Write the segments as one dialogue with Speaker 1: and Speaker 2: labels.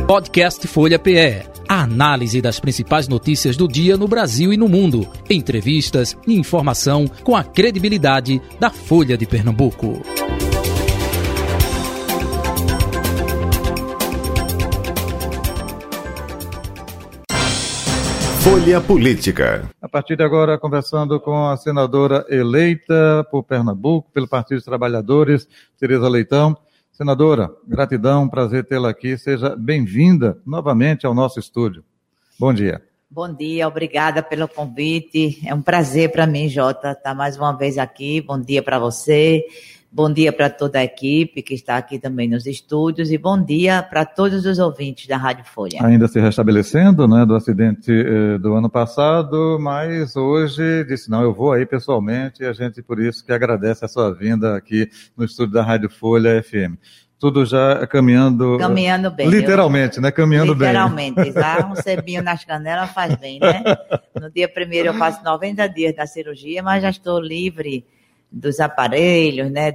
Speaker 1: Podcast Folha PE. A análise das principais notícias do dia no Brasil e no mundo. Entrevistas e informação com a credibilidade da Folha de Pernambuco.
Speaker 2: Folha Política.
Speaker 3: A partir de agora, conversando com a senadora eleita por Pernambuco, pelo Partido dos Trabalhadores, Tereza Leitão. Senadora, gratidão, prazer tê-la aqui. Seja bem-vinda novamente ao nosso estúdio. Bom dia.
Speaker 4: Bom dia, obrigada pelo convite. É um prazer para mim, Jota, estar mais uma vez aqui. Bom dia para você, bom dia para toda a equipe que está aqui também nos estúdios e bom dia para todos os ouvintes da Rádio Folha. Ainda se restabelecendo, né, do acidente do ano passado, mas hoje disse, não, eu vou aí pessoalmente e a gente por isso que agradece a sua vinda aqui no estúdio da Rádio Folha FM. Tudo já caminhando bem. Literalmente, né? Caminhando literalmente, bem. Literalmente. Já um sebinho nas canelas faz bem, né? No dia 1º eu faço 90 dias da cirurgia, mas já estou livre dos aparelhos, né?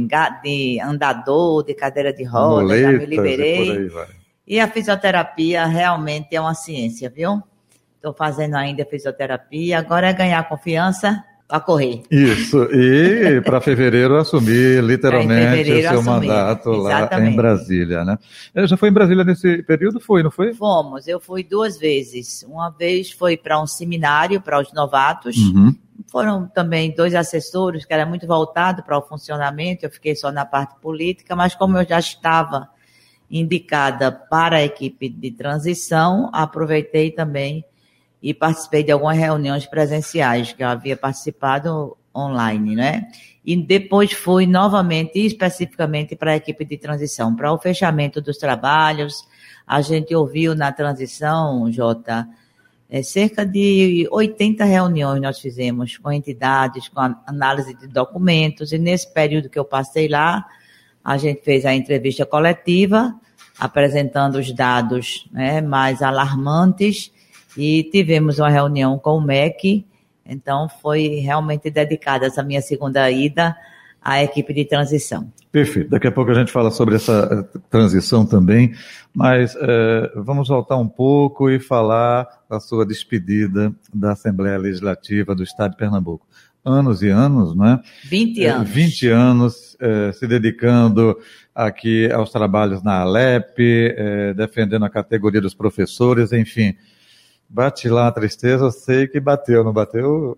Speaker 4: De andador, de cadeira de roda, moletas, já me liberei. E a fisioterapia realmente é uma ciência, viu? Estou fazendo ainda fisioterapia, agora é ganhar confiança a correr. Isso, e para fevereiro assumir literalmente o seu mandato lá em Brasília, né? Já foi em Brasília nesse período, não foi? Fomos, eu fui 2 vezes. Uma vez foi para um seminário para os novatos, foram também 2 assessores que era muito voltado para o funcionamento, eu fiquei só na parte política, mas como eu já estava indicada para a equipe de transição, aproveitei também e participei de algumas reuniões presenciais, que eu havia participado online, né? E depois fui novamente, especificamente para a equipe de transição, para o fechamento dos trabalhos. A gente ouviu na transição, Jota, cerca de 80 reuniões nós fizemos com entidades, com análise de documentos, e nesse período que eu passei lá, a gente fez a entrevista coletiva, apresentando os dados, né, mais alarmantes, e tivemos uma reunião com o MEC, então foi realmente dedicada essa minha segunda ida à equipe de transição. Perfeito, daqui a pouco a gente fala sobre essa transição também, mas vamos voltar um pouco e falar da sua despedida da Assembleia Legislativa do Estado de Pernambuco. Anos e anos, né? 20 anos. 20 anos se dedicando aqui aos trabalhos na Alep, defendendo a categoria dos professores, enfim. Bate lá a tristeza, eu sei que bateu, não bateu?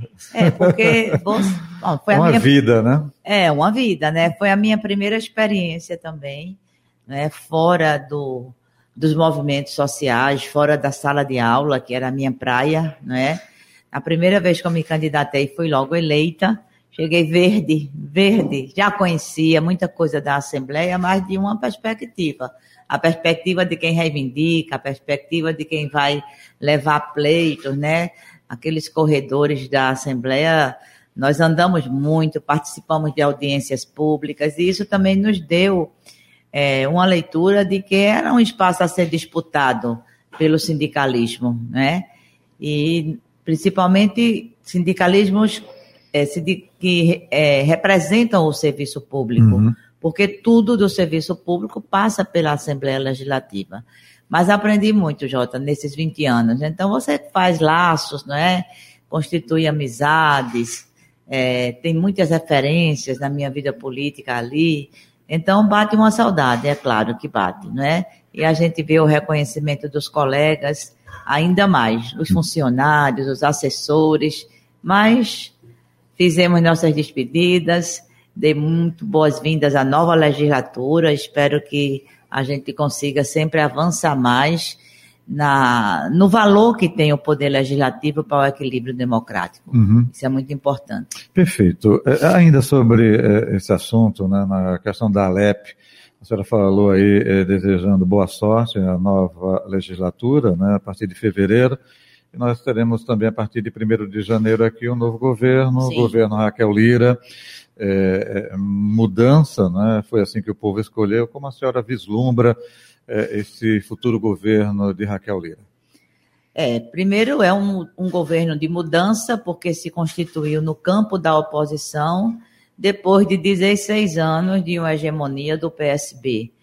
Speaker 4: Porque foi uma vida, né? Uma vida, né? Foi a minha primeira experiência também, né? Fora dos movimentos sociais, fora da sala de aula, que era a minha praia, né? A primeira vez que eu me candidatei fui logo eleita, cheguei verde, já conhecia muita coisa da Assembleia, mas de uma perspectiva. A perspectiva de quem reivindica, a perspectiva de quem vai levar pleitos, né? Aqueles corredores da Assembleia, nós andamos muito, participamos de audiências públicas, e isso também nos deu uma leitura de que era um espaço a ser disputado pelo sindicalismo, né? E principalmente sindicalismos que representam o serviço público, porque tudo do serviço público passa pela Assembleia Legislativa. Mas aprendi muito, Jota, nesses 20 anos. Então, você faz laços, não é? Constitui amizades, tem muitas referências na minha vida política ali. Então, bate uma saudade, é claro que bate, não é? E a gente vê o reconhecimento dos colegas, ainda mais, os funcionários, os assessores, mas fizemos nossas despedidas. Dei muito boas-vindas à nova legislatura, espero que a gente consiga sempre avançar mais no valor que tem o poder legislativo para o equilíbrio democrático. Isso é muito importante. Perfeito. Ainda sobre esse assunto, né, na questão da Alep, a senhora falou aí desejando boa sorte à nova legislatura, né, a partir de fevereiro. E nós teremos também, a partir de 1º de janeiro, aqui um novo governo, o governo Raquel Lira. Mudança, né? Foi assim que o povo escolheu. Como a senhora vislumbra esse futuro governo de Raquel Lira? Primeiro é um governo de mudança, porque se constituiu no campo da oposição depois de 16 anos de uma hegemonia do PSB.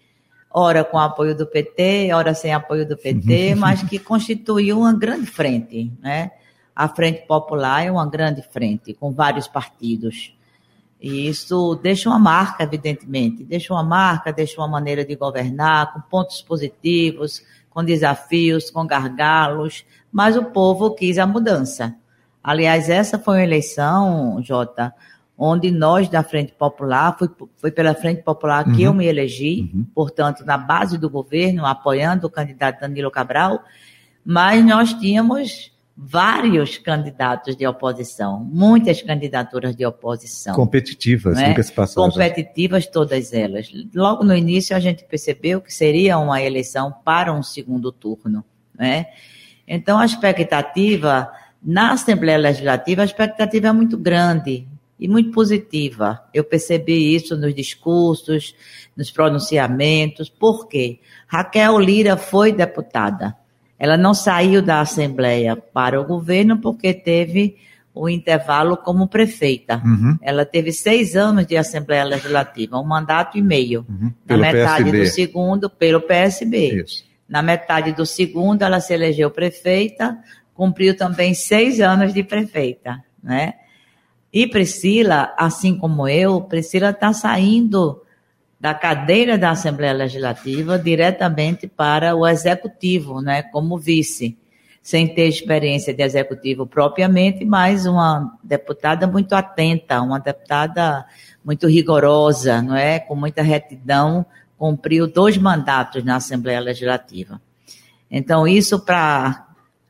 Speaker 4: ora com apoio do PT, ora sem apoio do PT, mas que constituiu uma grande frente, né? A Frente Popular é uma grande frente, com vários partidos. E isso deixa uma marca, evidentemente, deixa uma maneira de governar, com pontos positivos, com desafios, com gargalos, mas o povo quis a mudança. Aliás, essa foi uma eleição, Jota, onde nós da Frente Popular, foi pela Frente Popular que eu me elegi, portanto, na base do governo, apoiando o candidato Danilo Cabral, mas nós tínhamos vários candidatos de oposição, muitas candidaturas de oposição.
Speaker 3: Competitivas, diga-se passagem.
Speaker 4: Competitivas todas elas. Logo no início a gente percebeu que seria uma eleição para um segundo turno, né? Então a expectativa, na Assembleia Legislativa, a expectativa é muito grande e muito positiva. Eu percebi isso nos discursos, nos pronunciamentos. Por quê? Raquel Lira foi deputada. Ela não saiu da Assembleia para o governo porque teve o intervalo como prefeita. Ela teve 6 anos de Assembleia Legislativa, 1 mandato e meio. Na metade do segundo, pelo PSB. Isso. Na metade do segundo, ela se elegeu prefeita, cumpriu também 6 anos de prefeita, né? E Priscila, assim como eu, Priscila está saindo da cadeira da Assembleia Legislativa diretamente para o Executivo, né, como vice, sem ter experiência de Executivo propriamente, mas uma deputada muito atenta, uma deputada muito rigorosa, não é? Com muita retidão, cumpriu 2 mandatos na Assembleia Legislativa. Então, isso para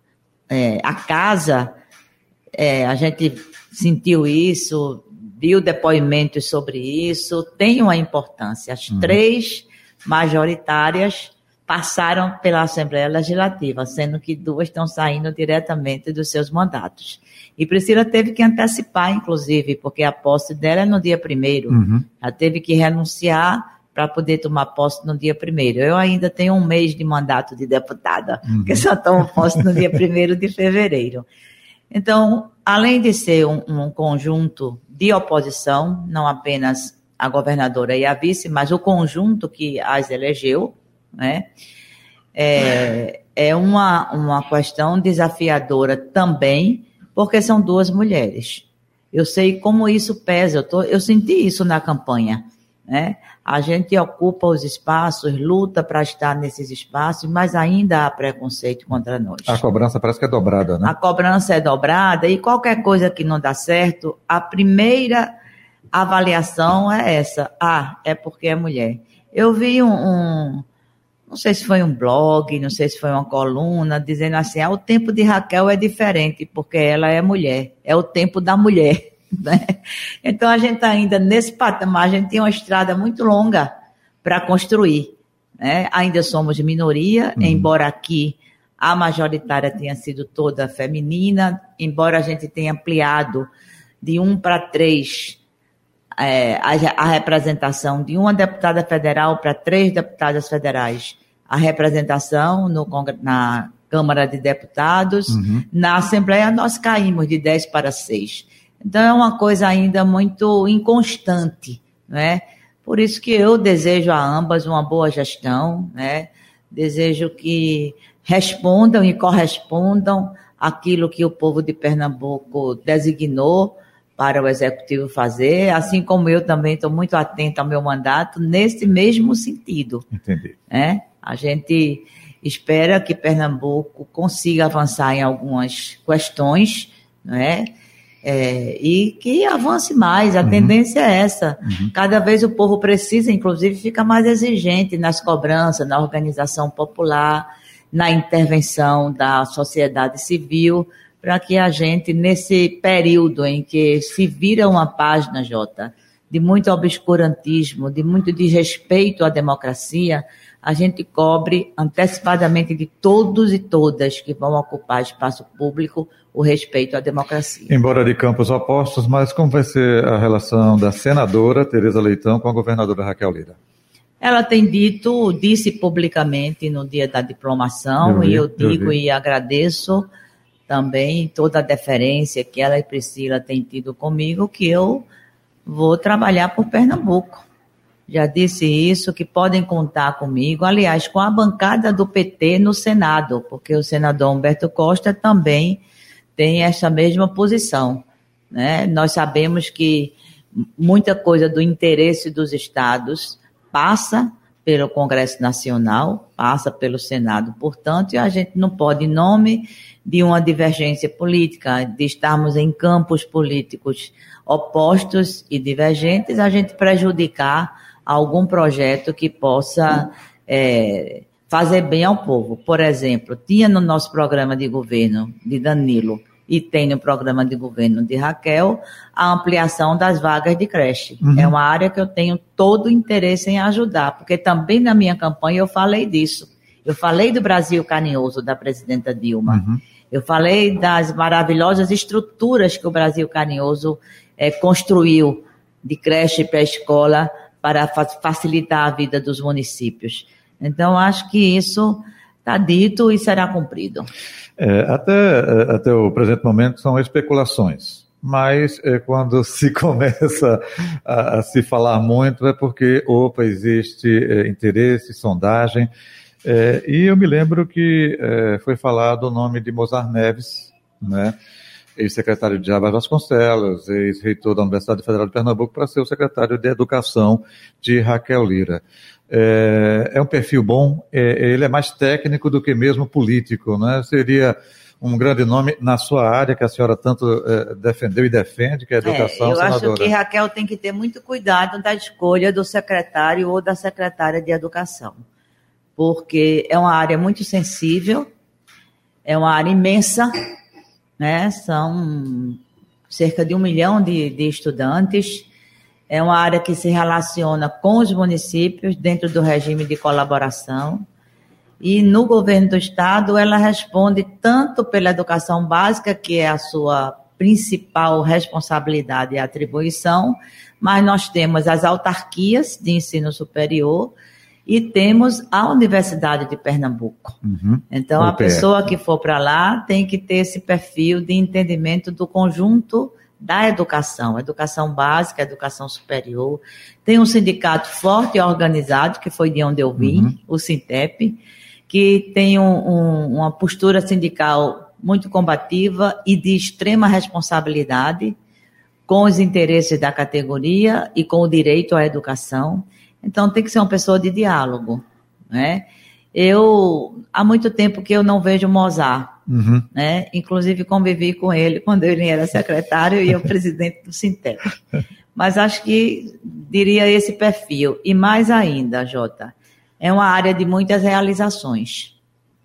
Speaker 4: a casa, a gente sentiu isso, viu depoimentos sobre isso, tem uma importância. As 3 majoritárias passaram pela Assembleia Legislativa, sendo que 2 estão saindo diretamente dos seus mandatos. E Priscila teve que antecipar, inclusive, porque a posse dela é no dia 1º. Ela teve que renunciar para poder tomar posse no dia 1º. Eu ainda tenho 1 mês de mandato de deputada, que só tomo posse no dia 1º de fevereiro. Então, além de ser um conjunto de oposição, não apenas a governadora e a vice, mas o conjunto que as elegeu, né? É uma questão desafiadora também, porque são 2 mulheres. Eu sei como isso pesa, eu senti isso na campanha, né? A gente ocupa os espaços, luta para estar nesses espaços, mas ainda há preconceito contra nós.
Speaker 3: A cobrança parece que é dobrada, né?
Speaker 4: A cobrança é dobrada e qualquer coisa que não dá certo, a primeira avaliação é essa. É porque é mulher. Eu vi não sei se foi um blog, não sei se foi uma coluna, dizendo assim, o tempo de Raquel é diferente, porque ela é mulher. É o tempo da mulher. Né? Então a gente ainda nesse patamar, a gente tem uma estrada muito longa para construir, né? Ainda somos minoria, embora aqui a majoritária tenha sido toda feminina, embora a gente tenha ampliado de 1 para 3 a representação de uma deputada federal para 3 deputadas federais, a representação na Câmara de Deputados, na Assembleia nós caímos de 10 para 6. Então, é uma coisa ainda muito inconstante, né? Por isso que eu desejo a ambas uma boa gestão, né? Desejo que respondam e correspondam àquilo que o povo de Pernambuco designou para o Executivo fazer, assim como eu também estou muito atenta ao meu mandato nesse mesmo sentido.
Speaker 3: Entendi.
Speaker 4: Né? A gente espera que Pernambuco consiga avançar em algumas questões, não é? E que avance mais, a tendência é essa. Cada vez o povo precisa, inclusive, fica mais exigente nas cobranças, na organização popular, na intervenção da sociedade civil, para que a gente, nesse período em que se vira uma página, Jota, de muito obscurantismo, de muito desrespeito à democracia, a gente cobre antecipadamente de todos e todas que vão ocupar espaço público o respeito à democracia.
Speaker 3: Embora de campos opostos, mas como vai ser a relação da senadora Tereza Leitão com a governadora Raquel Lira?
Speaker 4: Ela tem disse publicamente no dia da diplomação, e eu digo e agradeço também toda a deferência que ela e Priscila têm tido comigo, que eu vou trabalhar por Pernambuco. já disse isso, que podem contar comigo, aliás, com a bancada do PT no Senado, porque o senador Humberto Costa também tem essa mesma posição, né? Nós sabemos que muita coisa do interesse dos estados passa pelo Congresso Nacional, passa pelo Senado, portanto, e a gente não pode, em nome de uma divergência política, de estarmos em campos políticos opostos e divergentes, a gente prejudicar algum projeto que possa fazer bem ao povo. Por exemplo, tinha no nosso programa de governo de Danilo e tem no programa de governo de Raquel a ampliação das vagas de creche. É uma área que eu tenho todo o interesse em ajudar, porque também na minha campanha eu falei disso. Eu falei do Brasil Carinhoso, da presidenta Dilma. Eu falei das maravilhosas estruturas que o Brasil Carinhoso construiu, de creche para escola, para facilitar a vida dos municípios. Então, acho que isso está dito e será cumprido.
Speaker 3: Até o presente momento são especulações, mas quando se começa a se falar muito é porque, existe interesse, sondagem, e eu me lembro que foi falado o nome de Mozar Neves, né? Ex-secretário de Jabas Vasconcelos, ex-reitor da Universidade Federal de Pernambuco, para ser o secretário de Educação de Raquel Lira. É um perfil bom, ele é mais técnico do que mesmo político, né? Seria um grande nome na sua área, que a senhora tanto defendeu e defende, que é a educação, senadora.
Speaker 4: Eu acho que Raquel tem que ter muito cuidado da escolha do secretário ou da secretária de Educação, porque é uma área muito sensível, é uma área imensa, né? São cerca de 1 milhão de estudantes. É uma área que se relaciona com os municípios dentro do regime de colaboração. E no governo do estado ela responde tanto pela educação básica, que é a sua principal responsabilidade e atribuição, mas nós temos as autarquias de ensino superior e temos a Universidade de Pernambuco. Então, a pessoa que for para lá tem que ter esse perfil de entendimento do conjunto da educação básica, educação superior. Tem um sindicato forte e organizado, que foi de onde eu vim, o Sintep, que tem uma postura sindical muito combativa e de extrema responsabilidade com os interesses da categoria e com o direito à educação. Então, tem que ser uma pessoa de diálogo, né? Há muito tempo que eu não vejo Mozart, né? Inclusive, convivi com ele quando ele era secretário e eu presidente do Sintep. Mas acho que diria esse perfil. E mais ainda, Jota, é uma área de muitas realizações.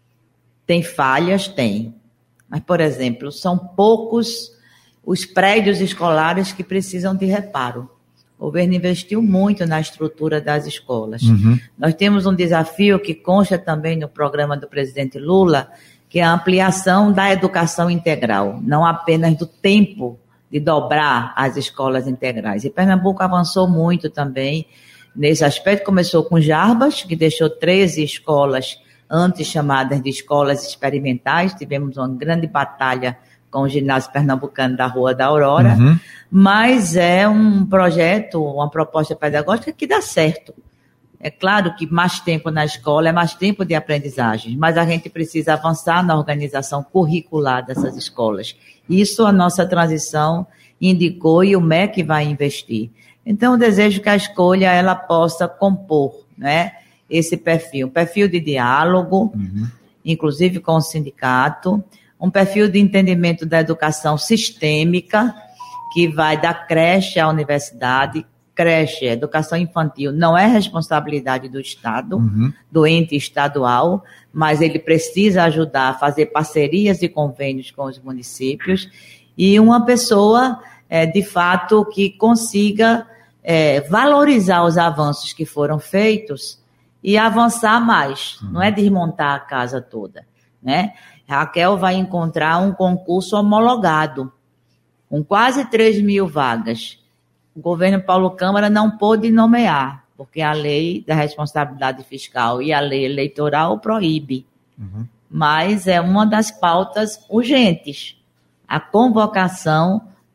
Speaker 4: Tem falhas? Tem. Mas, por exemplo, são poucos os prédios escolares que precisam de reparo. O governo investiu muito na estrutura das escolas. Nós temos um desafio que consta também no programa do presidente Lula, que é a ampliação da educação integral, não apenas do tempo de dobrar as escolas integrais. E Pernambuco avançou muito também nesse aspecto. Começou com Jarbas, que deixou 13 escolas antes chamadas de escolas experimentais. Tivemos uma grande batalha com o ginásio pernambucano da Rua da Aurora, mas é um projeto, uma proposta pedagógica que dá certo. É claro que mais tempo na escola é mais tempo de aprendizagem, mas a gente precisa avançar na organização curricular dessas escolas. Isso a nossa transição indicou e o MEC vai investir. Então, eu desejo que a escolha ela possa compor, né, esse perfil, um perfil de diálogo, inclusive com o sindicato, um perfil de entendimento da educação sistêmica, que vai da creche à universidade. Creche, educação infantil, não é responsabilidade do Estado, do ente estadual, mas ele precisa ajudar a fazer parcerias e convênios com os municípios, e uma pessoa, de fato, que consiga valorizar os avanços que foram feitos e avançar mais, não é desmontar a casa toda, né? Raquel vai encontrar um concurso homologado, com quase 3 mil vagas. O governo Paulo Câmara não pôde nomear, porque a lei da responsabilidade fiscal e a lei eleitoral proíbe. Mas é uma das pautas urgentes, a convocação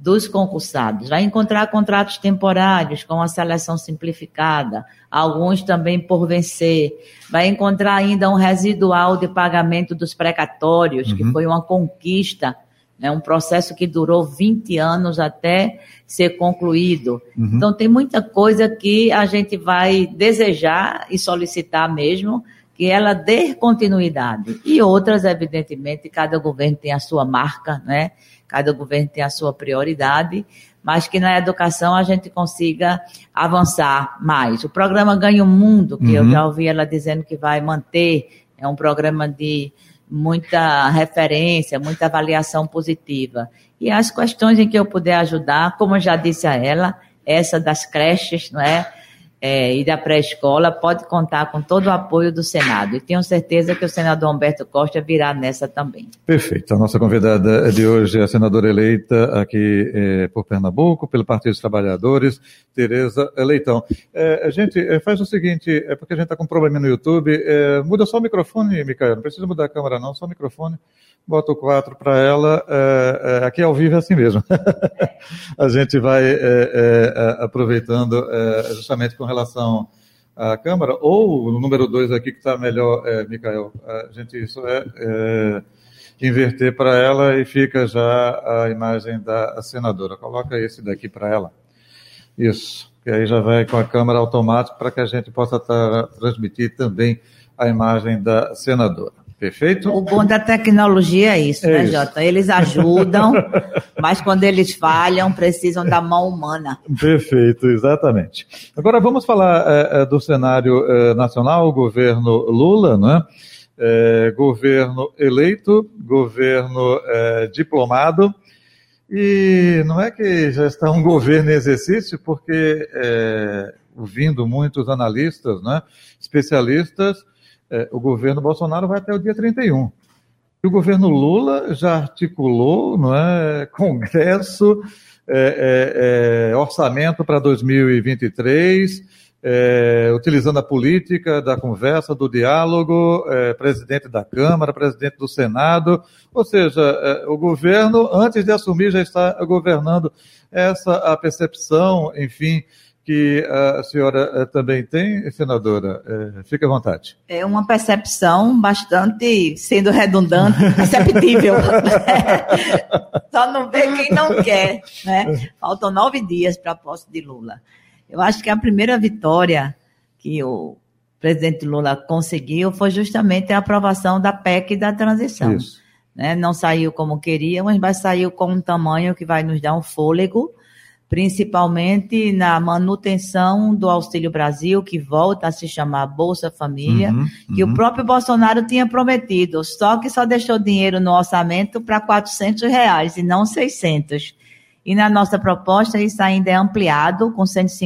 Speaker 4: dos concursados. Vai encontrar contratos temporários com a seleção simplificada, alguns também por vencer. Vai encontrar ainda um residual de pagamento dos precatórios, que foi uma conquista, né, um processo que durou 20 anos até ser concluído. Então, tem muita coisa que a gente vai desejar e solicitar mesmo, que ela dê continuidade. E outras, evidentemente, cada governo tem a sua marca, né? Cada governo tem a sua prioridade, mas que na educação a gente consiga avançar mais. O programa Ganha o Mundo, que eu já ouvi ela dizendo que vai manter, é um programa de muita referência, muita avaliação positiva. E as questões em que eu puder ajudar, como eu já disse a ela, essa das creches, não é? E da pré-escola, pode contar com todo o apoio do Senado. E tenho certeza que o senador Humberto Costa virá nessa também.
Speaker 3: Perfeito. A nossa convidada de hoje é a senadora eleita aqui por Pernambuco, pelo Partido dos Trabalhadores, Tereza Leitão. A gente faz o seguinte, porque a gente está com um problema no YouTube, muda só o microfone, Micael, não precisa mudar a câmera não, só o microfone. Bota o 4 para ela, aqui ao vivo é assim mesmo. A gente vai aproveitando justamente com relação à câmera, ou o número 2 aqui que está melhor, Micael, a gente só inverter para ela e fica já a imagem da senadora. Coloca esse daqui para ela. Isso, que aí já vai com a câmera automática para que a gente possa transmitir também a imagem da senadora. Perfeito?
Speaker 4: O bom da tecnologia é isso, né, Jota? Eles ajudam, mas quando eles falham, precisam da mão humana.
Speaker 3: Perfeito, exatamente. Agora vamos falar do cenário nacional, governo Lula, né? Governo eleito, governo diplomado, e não é que já está um governo em exercício, porque ouvindo muitos analistas, né, especialistas, o governo Bolsonaro vai até o dia 31. E o governo Lula já articulou, não é, Congresso, orçamento para 2023, utilizando a política da conversa, do diálogo, presidente da Câmara, presidente do Senado, ou seja, o governo, antes de assumir, já está governando. Essa a percepção, enfim, que a senhora também tem, senadora? Fique à vontade.
Speaker 4: É uma percepção bastante, sendo redundante, perceptível. Só não vê quem não quer, né? Faltam 9 dias para a posse de Lula. Eu acho que a primeira vitória que o presidente Lula conseguiu foi justamente a aprovação da PEC da transição.
Speaker 3: Isso.
Speaker 4: Né? Não saiu como queria, mas saiu com um tamanho que vai nos dar um fôlego, principalmente na manutenção do Auxílio Brasil, que volta a se chamar Bolsa Família, que o próprio Bolsonaro tinha prometido, só que só deixou dinheiro no orçamento para R$400 e não 600. E na nossa proposta isso ainda é ampliado com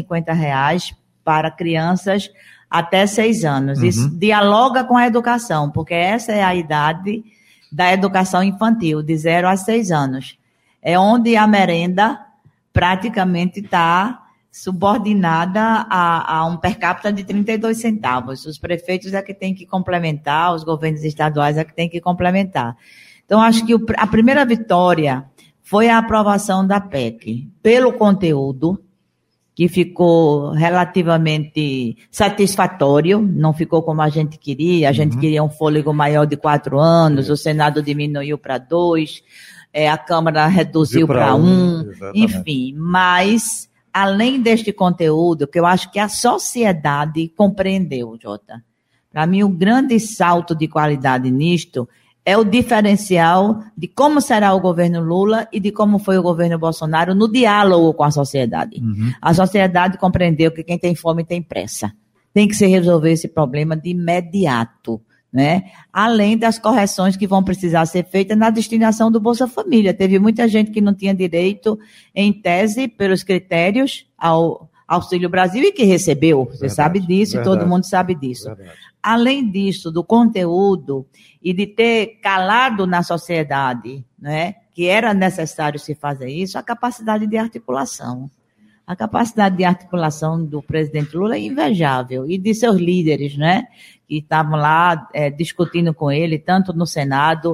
Speaker 4: R$150 para crianças até 6 anos. Isso dialoga com a educação, porque essa é a idade da educação infantil, de 0 a 6 anos. É onde a merenda praticamente está subordinada a um per capita de 32 centavos. Os prefeitos é que têm que complementar, os governos estaduais é que têm que complementar. Então, acho que a primeira vitória foi a aprovação da PEC, pelo conteúdo, que ficou relativamente satisfatório, não ficou como a gente queria queria um fôlego maior de 4 anos, o Senado diminuiu para 2, a Câmara reduziu para 1, enfim, mas além deste conteúdo, que eu acho que a sociedade compreendeu, Jota, para mim o grande salto de qualidade nisto é o diferencial de como será o governo Lula e de como foi o governo Bolsonaro no diálogo com a sociedade. A sociedade compreendeu que quem tem fome tem pressa. Tem que se resolver esse problema de imediato, né? Além das correções que vão precisar ser feitas na destinação do Bolsa Família. Teve muita gente que não tinha direito, em tese, pelos critérios, ao Auxílio Brasil e que recebeu. Você sabe disso e todo mundo sabe disso. Além disso, do conteúdo e de ter calado na sociedade, né, que era necessário se fazer isso, a capacidade de articulação. A capacidade de articulação do presidente Lula é invejável, e de seus líderes, né, que estavam lá discutindo com ele, tanto no Senado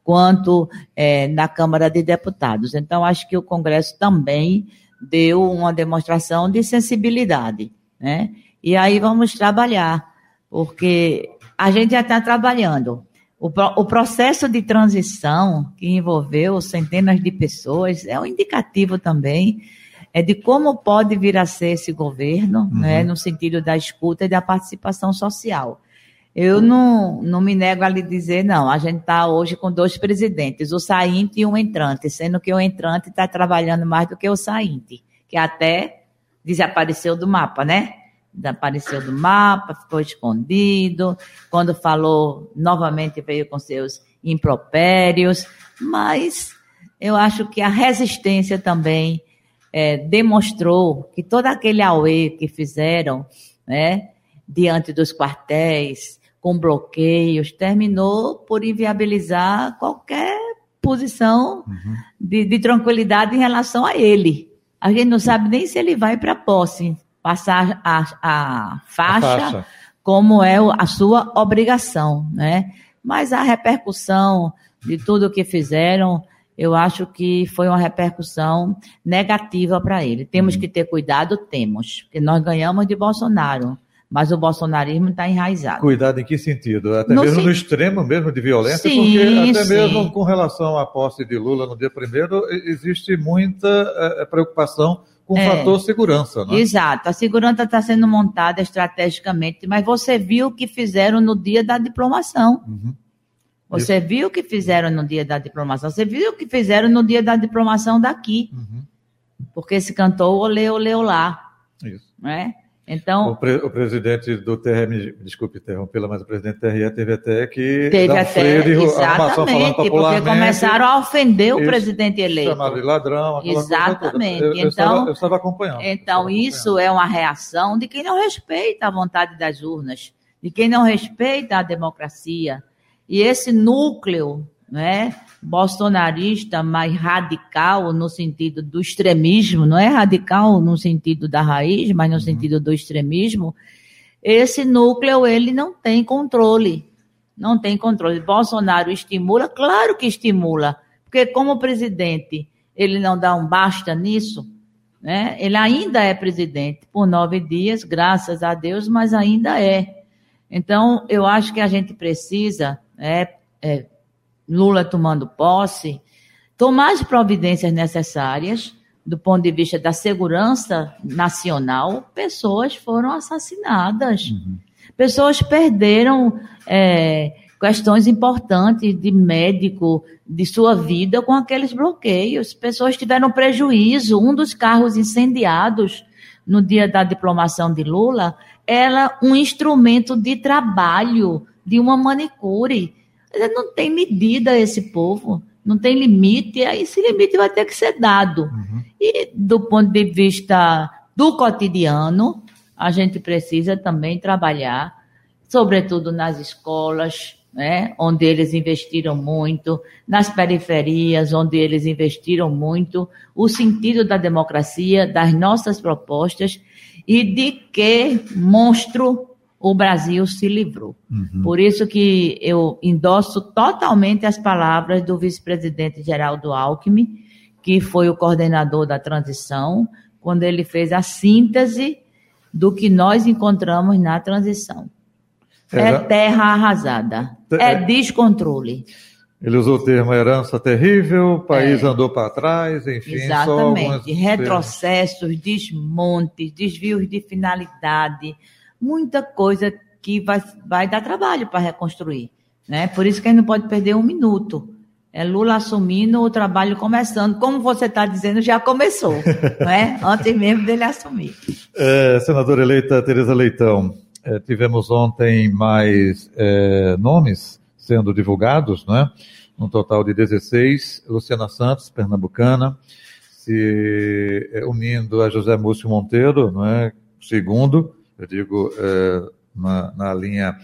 Speaker 4: quanto na Câmara de Deputados. Então, acho que o Congresso também deu uma demonstração de sensibilidade, né? E aí vamos trabalhar, porque a gente já está trabalhando. O processo de transição que envolveu centenas de pessoas é um indicativo também de como pode vir a ser esse governo, né, no sentido da escuta e da participação social. Eu não me nego a lhe dizer, não, a gente está hoje com 2 presidentes, o sainte e um entrante, sendo que o entrante está trabalhando mais do que o sainte, que até desapareceu do mapa, né? Desapareceu do mapa, ficou escondido, quando falou, novamente veio com seus impropérios, mas eu acho que a resistência também demonstrou que todo aquele auê que fizeram, né, diante dos quartéis, com bloqueios, terminou por inviabilizar qualquer posição de tranquilidade em relação a ele. A gente não sabe nem se ele vai para a posse, passar a faixa como é a sua obrigação, né? Mas a repercussão de tudo o que fizeram, eu acho que foi uma repercussão negativa para ele. Temos que ter cuidado? Temos, porque nós ganhamos de Bolsonaro, mas o bolsonarismo está enraizado.
Speaker 3: Cuidado em que sentido? Até mesmo no extremo mesmo de violência,
Speaker 4: sim,
Speaker 3: porque até
Speaker 4: sim.
Speaker 3: mesmo com relação à posse de Lula no dia 1º, existe muita preocupação com o fator segurança, né?
Speaker 4: Exato, a segurança está sendo montada estrategicamente, mas você viu o que fizeram no dia da diplomação. Você viu o que fizeram no dia da diplomação, você viu o que fizeram no dia da diplomação daqui, porque se cantou olê, olê, olá. Isso. Né? Então,
Speaker 3: o presidente do TRE, desculpe interrompê-la, mas o presidente do TRE teve até que
Speaker 4: dar um freio de arrumação, falando popularmente, porque começaram a ofender o presidente eleito.
Speaker 3: Chamaram de ladrão,
Speaker 4: exatamente.
Speaker 3: Eu estava acompanhando.
Speaker 4: Então, isso é uma reação de quem não respeita a vontade das urnas, de quem não respeita a democracia. E esse núcleo, né, bolsonarista mais radical no sentido do extremismo, não é radical no sentido da raiz, mas no sentido do extremismo, esse núcleo ele não tem controle. Não tem controle. Bolsonaro estimula? Claro que estimula, porque como presidente ele não dá um basta nisso, né? Ele ainda é presidente por 9 dias, graças a Deus, mas ainda é. Então, eu acho que a gente precisa, Lula tomando posse, tomar as providências necessárias do ponto de vista da segurança nacional. Pessoas foram assassinadas, pessoas perderam questões importantes de médico, de sua vida com aqueles bloqueios, pessoas tiveram prejuízo. Um dos carros incendiados no dia da diplomação de Lula era um instrumento de trabalho de uma manicure. Não tem medida esse povo, não tem limite, aí esse limite vai ter que ser dado. E do ponto de vista do cotidiano, a gente precisa também trabalhar, sobretudo nas escolas, né, onde eles investiram muito, nas periferias, onde eles investiram muito, o sentido da democracia, das nossas propostas e de que monstro o Brasil se livrou. Por isso que eu endosso totalmente as palavras do vice-presidente Geraldo Alckmin, que foi o coordenador da transição, quando ele fez a síntese do que nós encontramos na transição. É terra arrasada, é descontrole.
Speaker 3: Ele usou o termo herança terrível, o país andou para trás, enfim.
Speaker 4: Exatamente, retrocessos, desmontes, desvios de finalidade, muita coisa que vai dar trabalho para reconstruir, né? Por isso que a gente não pode perder um minuto. É Lula assumindo, o trabalho começando. Como você está dizendo, já começou, né? Antes mesmo dele assumir.
Speaker 3: Senadora eleita Tereza Leitão, tivemos ontem mais nomes sendo divulgados, né? Um total de 16. Luciana Santos, pernambucana, se unindo a José Múcio Monteiro, né? Segundo, eu digo, na linha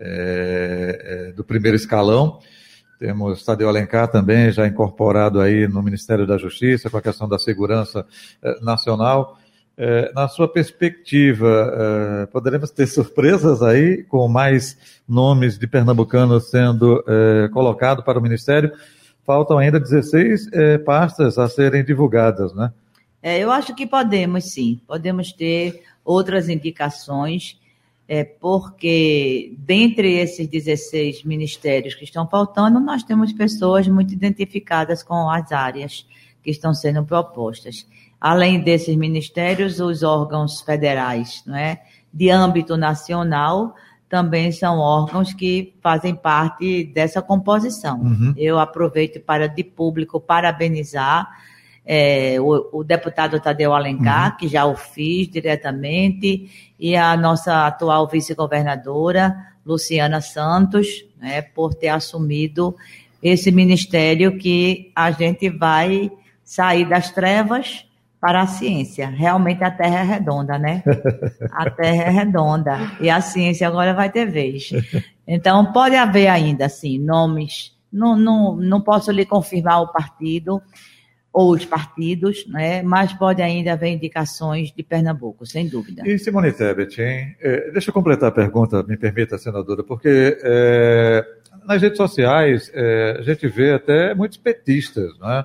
Speaker 3: do primeiro escalão. Temos Tadeu Alencar também, já incorporado aí no Ministério da Justiça, com a questão da segurança nacional. Na sua perspectiva, poderemos ter surpresas aí com mais nomes de pernambucanos sendo colocados para o Ministério? Faltam ainda 16 pastas a serem divulgadas, né?
Speaker 4: Eu acho que podemos, sim. Podemos ter outras indicações, porque dentre esses 16 ministérios que estão faltando, nós temos pessoas muito identificadas com as áreas que estão sendo propostas. Além desses ministérios, os órgãos federais, não é, de âmbito nacional, também são órgãos que fazem parte dessa composição. Uhum. Eu aproveito de público parabenizar o deputado Tadeu Alencar, que já o fiz diretamente, e a nossa atual vice-governadora, Luciana Santos, né, por ter assumido esse ministério que a gente vai sair das trevas para a ciência. Realmente a Terra é redonda, né? A Terra é redonda e a ciência agora vai ter vez. Então, pode haver ainda, assim, nomes, não posso lhe confirmar o partido ou os partidos, né? Mas pode ainda haver indicações de Pernambuco, sem dúvida.
Speaker 3: E Simone Tebet, hein? Deixa eu completar a pergunta, me permita, senadora, porque nas redes sociais a gente vê até muitos petistas, né?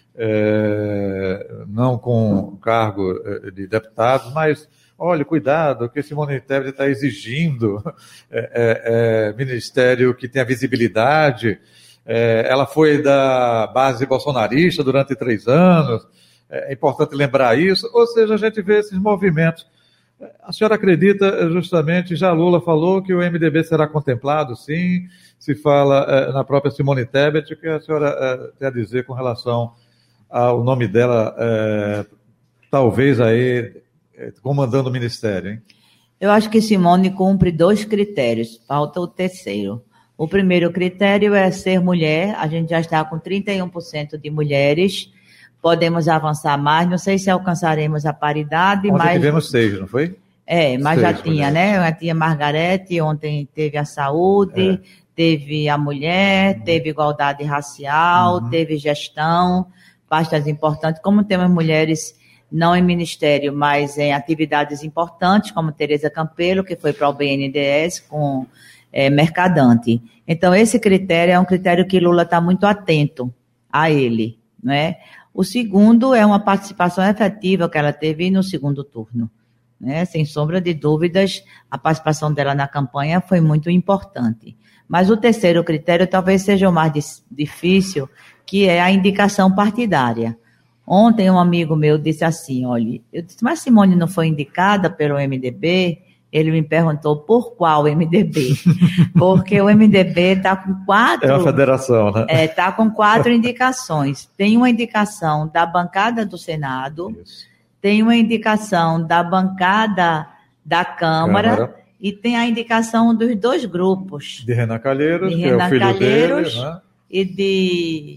Speaker 3: Não com cargo de deputado, mas olha, cuidado, que Simone Tebet está exigindo ministério que tenha visibilidade. Ela foi da base bolsonarista durante 3 anos, é importante lembrar isso. Ou seja, a gente vê esses movimentos. A senhora acredita, justamente, já Lula falou que o MDB será contemplado, sim, se fala na própria Simone Tebet. O que a senhora tem a dizer com relação ao nome dela, talvez aí comandando o ministério, hein?
Speaker 4: Eu acho que Simone cumpre 2 critérios, falta o terceiro. O primeiro critério é ser mulher, a gente já está com 31% de mulheres, podemos avançar mais, não sei se alcançaremos a paridade,
Speaker 3: ontem
Speaker 4: mas...
Speaker 3: tivemos 6, não foi?
Speaker 4: Mas 6 já tinha, mulheres, né? Já tinha Margarete, ontem teve a saúde, teve a mulher, teve igualdade racial, teve gestão, pastas importantes, como temos mulheres não em ministério, mas em atividades importantes, como Tereza Campelo, que foi para o BNDES com mercadante. Então, esse critério é um critério que Lula está muito atento a ele, né? O segundo é uma participação efetiva que ela teve no segundo turno, né? Sem sombra de dúvidas, a participação dela na campanha foi muito importante. Mas o terceiro critério talvez seja o mais difícil, que é a indicação partidária. Ontem um amigo meu disse assim, olha, eu disse, mas Simone não foi indicada pelo MDB? Ele me perguntou por qual MDB, porque o MDB está com 4...
Speaker 3: É uma federação, né?
Speaker 4: Está com 4 indicações. Tem uma indicação da bancada do Senado, isso, tem uma indicação da bancada da Câmara. E tem a indicação dos 2 grupos.
Speaker 3: De Renan Calheiros, que é o filho dele, né?
Speaker 4: E de...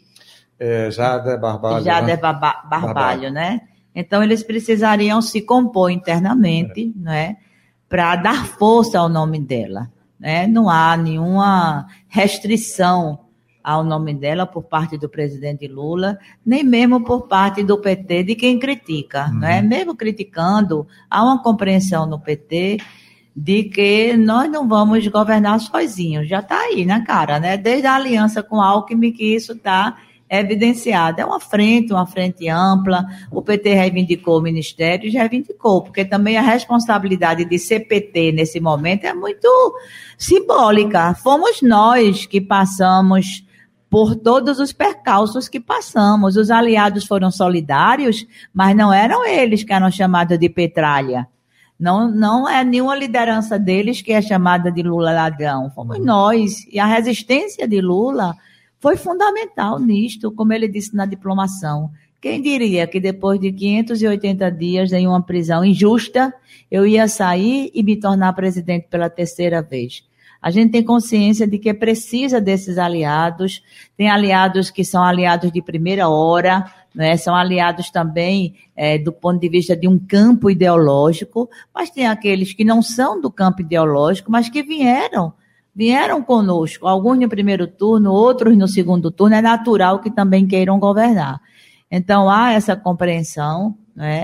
Speaker 3: Jader Barbalho.
Speaker 4: Jader Barbalho, né? Então, eles precisariam se compor internamente, né? Para dar força ao nome dela, né? Não há nenhuma restrição ao nome dela por parte do presidente Lula, nem mesmo por parte do PT, de quem critica, né? Mesmo criticando, há uma compreensão no PT de que nós não vamos governar sozinhos, já está aí na cara, né? Desde a aliança com Alckmin que isso está evidenciado. É uma frente ampla, o PT reivindicou o ministério, já reivindicou, porque também a responsabilidade de ser PT nesse momento é muito simbólica. Fomos nós que passamos por todos os percalços que passamos. Os aliados foram solidários, mas não eram eles que eram chamados de petralha. Não é nenhuma liderança deles que é chamada de Lula ladrão. Fomos nós. E a resistência de Lula foi fundamental nisto, como ele disse na diplomação. Quem diria que depois de 580 dias em uma prisão injusta, eu ia sair e me tornar presidente pela 3ª vez? A gente tem consciência de que precisa desses aliados. Tem aliados que são aliados de primeira hora, né? São aliados também do ponto de vista de um campo ideológico, mas tem aqueles que não são do campo ideológico, mas que vieram conosco, alguns no primeiro turno, outros no segundo turno, é natural que também queiram governar. Então, há essa compreensão, né?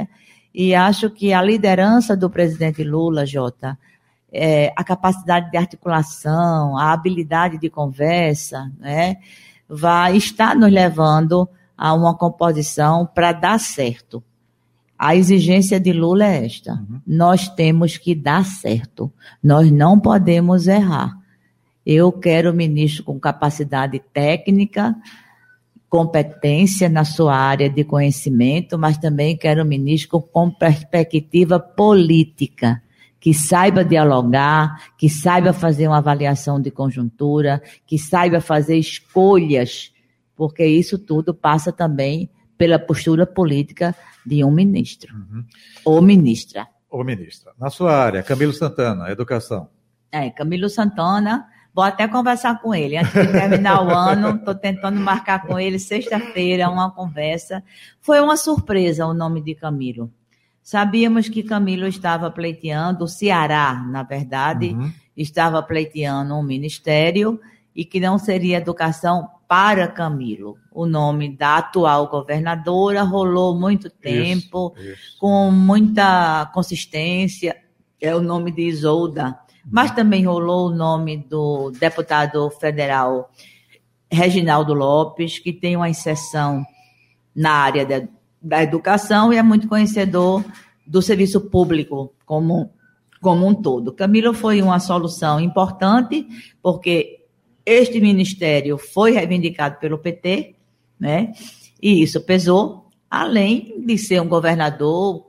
Speaker 4: E acho que a liderança do presidente Lula, Jota, a capacidade de articulação, a habilidade de conversa, né, vai estar nos levando a uma composição para dar certo. A exigência de Lula é esta. Nós temos que dar certo. Nós não podemos errar. Eu quero ministro com capacidade técnica, competência na sua área de conhecimento, mas também quero ministro com perspectiva política, que saiba dialogar, que saiba fazer uma avaliação de conjuntura, que saiba fazer escolhas, porque isso tudo passa também pela postura política de um ministro. Ou ministra.
Speaker 3: Ou ministra. Na sua área, Camilo Santana, educação.
Speaker 4: Camilo Santana, vou até conversar com ele. Antes de terminar o ano, estou tentando marcar com ele sexta-feira uma conversa. Foi uma surpresa o nome de Camilo. Sabíamos que Camilo estava pleiteando, o Ceará, na verdade, estava pleiteando um ministério e que não seria educação para Camilo. O nome da atual governadora rolou muito tempo, com muita consistência, é o nome de Isolda, mas também rolou o nome do deputado federal Reginaldo Lopes, que tem uma inserção na área da educação e é muito conhecedor do serviço público como um todo. Camilo foi uma solução importante, porque este ministério foi reivindicado pelo PT, né? E isso pesou, além de ser um governador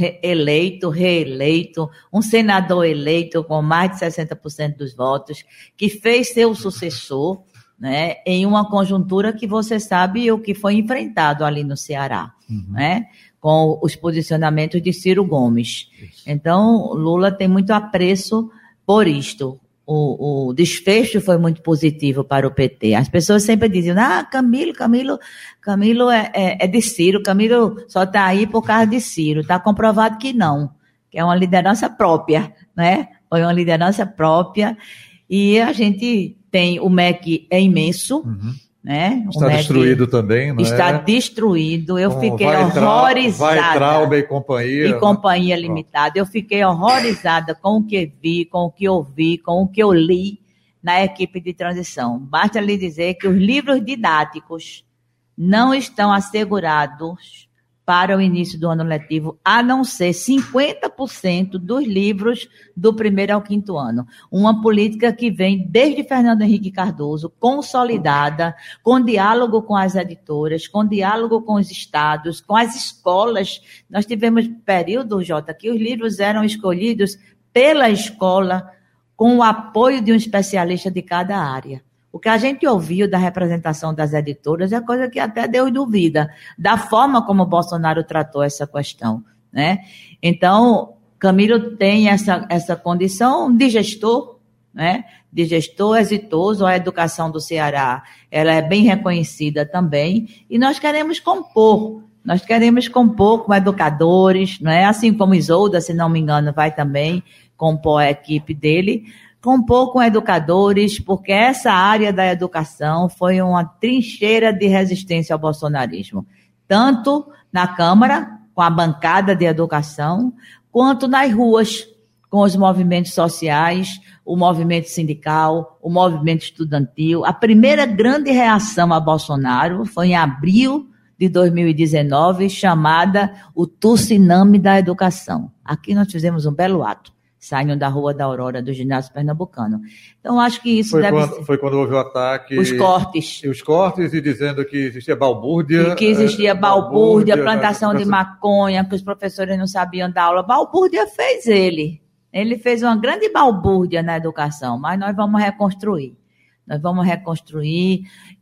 Speaker 4: reeleito, um senador eleito com mais de 60% dos votos, que fez seu sucessor, né? Em uma conjuntura que você sabe o que foi enfrentado ali no Ceará, né? Com os posicionamentos de Ciro Gomes. Então, Lula tem muito apreço por isto. O desfecho foi muito positivo para o PT. As pessoas sempre diziam, Camilo é de Ciro, Camilo só está aí por causa de Ciro. Está comprovado que não, que é uma liderança própria, né? Foi uma liderança própria e a gente tem, o MEC é imenso, né?
Speaker 3: Está destruído também, não é?
Speaker 4: Está destruído. Eu fiquei horrorizada.
Speaker 3: Weintraub e companhia.
Speaker 4: E companhia limitada. Eu fiquei horrorizada com o que vi, com o que ouvi, com o que eu li na equipe de transição. Basta lhe dizer que os livros didáticos não estão assegurados para o início do ano letivo, a não ser 50% dos livros do 1º ao 5º ano. Uma política que vem desde Fernando Henrique Cardoso, consolidada, com diálogo com as editoras, com diálogo com os estados, com as escolas. Nós tivemos período, Jota, que os livros eram escolhidos pela escola com o apoio de um especialista de cada área. O que a gente ouviu da representação das editoras é coisa que até Deus duvida, da forma como o Bolsonaro tratou essa questão, né? Então, Camilo tem essa condição de gestor, né? De gestor exitoso. A educação do Ceará, ela é bem reconhecida também, e nós queremos compor com educadores, não é? Assim como Isolda, se não me engano, vai também compor a equipe dele, compor com educadores, porque essa área da educação foi uma trincheira de resistência ao bolsonarismo, tanto na Câmara, com a bancada de educação, quanto nas ruas, com os movimentos sociais, o movimento sindical, o movimento estudantil. A primeira grande reação a Bolsonaro foi em abril de 2019, chamada o Tsunami da Educação. Aqui nós fizemos um belo ato, saindo da Rua da Aurora, do ginásio pernambucano. Então, acho que isso
Speaker 3: foi quando houve o ataque.
Speaker 4: Os cortes.
Speaker 3: E os cortes, e dizendo que existia balbúrdia.
Speaker 4: E que existia balbúrdia, plantação de maconha, que os professores não sabiam dar aula. Balbúrdia fez ele. Ele fez uma grande balbúrdia na educação, mas nós vamos reconstruir. Nós vamos reconstruir,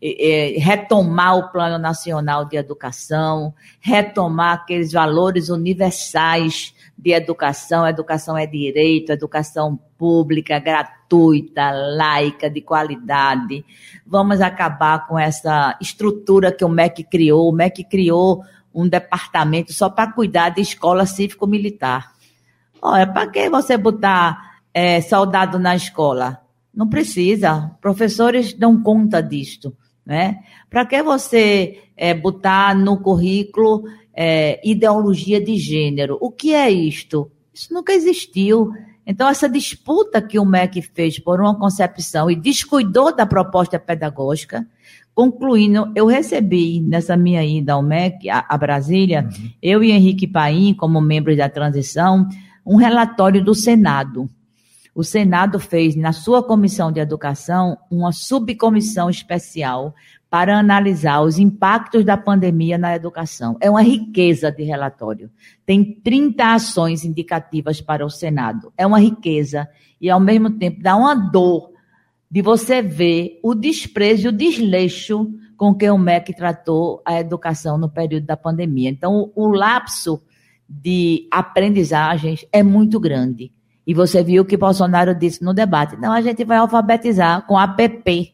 Speaker 4: retomar o Plano Nacional de Educação, retomar aqueles valores universais de educação. Educação é direito, educação pública, gratuita, laica, de qualidade. Vamos acabar com essa estrutura que o MEC criou. O MEC criou um departamento só para cuidar de escola cívico-militar. Olha, para que você botar soldado na escola? Não precisa. Professores dão conta disto, né? Para que você botar no currículo ideologia de gênero. O que é isto? Isso nunca existiu. Então, essa disputa que o MEC fez por uma concepção e descuidou da proposta pedagógica, concluindo, eu recebi, nessa minha ida ao MEC, a Brasília, eu e Henrique Paim, como membros da transição, um relatório do Senado. O Senado fez, na sua comissão de educação, uma subcomissão especial para analisar os impactos da pandemia na educação. É uma riqueza de relatório. Tem 30 ações indicativas para o Senado. É uma riqueza e, ao mesmo tempo, dá uma dor de você ver o desprezo e o desleixo com que o MEC tratou a educação no período da pandemia. Então, o lapso de aprendizagens é muito grande. E você viu o que Bolsonaro disse no debate. Então, a gente vai alfabetizar com APP,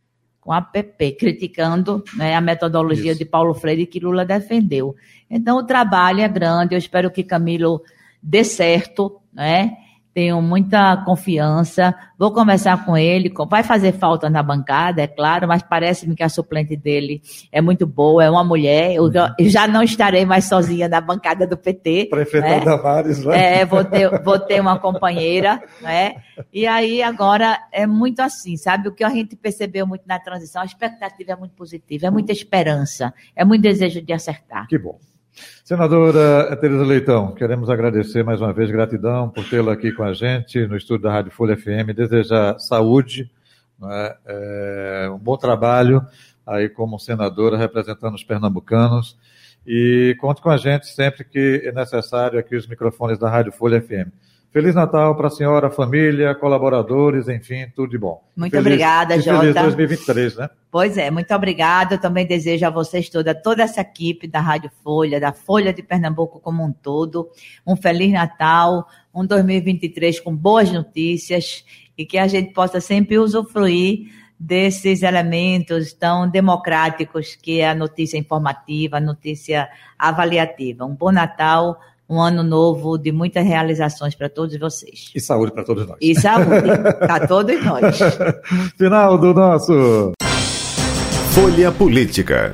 Speaker 4: criticando, né, a metodologia de Paulo Freire que Lula defendeu. Então, o trabalho é grande, eu espero que Camilo dê certo, né? Tenho muita confiança, vou conversar com ele, vai fazer falta na bancada, é claro, mas parece-me que a suplente dele é muito boa, é uma mulher, eu já não estarei mais sozinha na bancada do PT.
Speaker 3: Prefeita, né? Damares,
Speaker 4: né? Vou ter uma companheira, né? E aí agora é muito assim, sabe? O que a gente percebeu muito na transição, a expectativa é muito positiva, é muita esperança, é muito desejo de acertar.
Speaker 3: Que bom. Senadora Tereza Leitão, queremos agradecer mais uma vez, gratidão por tê-la aqui com a gente no estúdio da Rádio Folha FM, desejar saúde, né, um bom trabalho aí como senadora representando os pernambucanos e conte com a gente sempre que é necessário aqui os microfones da Rádio Folha FM. Feliz Natal para a senhora, família, colaboradores, enfim, tudo de bom.
Speaker 4: Muito obrigada, Jota.
Speaker 3: Feliz 2023, né?
Speaker 4: Pois é, muito obrigada. Eu também desejo a vocês toda essa equipe da Rádio Folha, da Folha de Pernambuco como um todo, um Feliz Natal, um 2023 com boas notícias e que a gente possa sempre usufruir desses elementos tão democráticos que é a notícia informativa, a notícia avaliativa. Um bom Natal, um ano novo de muitas realizações para todos vocês.
Speaker 3: E saúde para todos nós.
Speaker 4: E saúde para todos nós.
Speaker 3: Final do nosso
Speaker 2: Folha Política.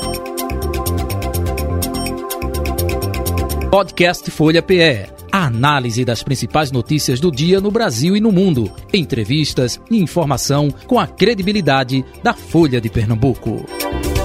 Speaker 1: Podcast Folha PE. A análise das principais notícias do dia no Brasil e no mundo. Entrevistas e informação com a credibilidade da Folha de Pernambuco.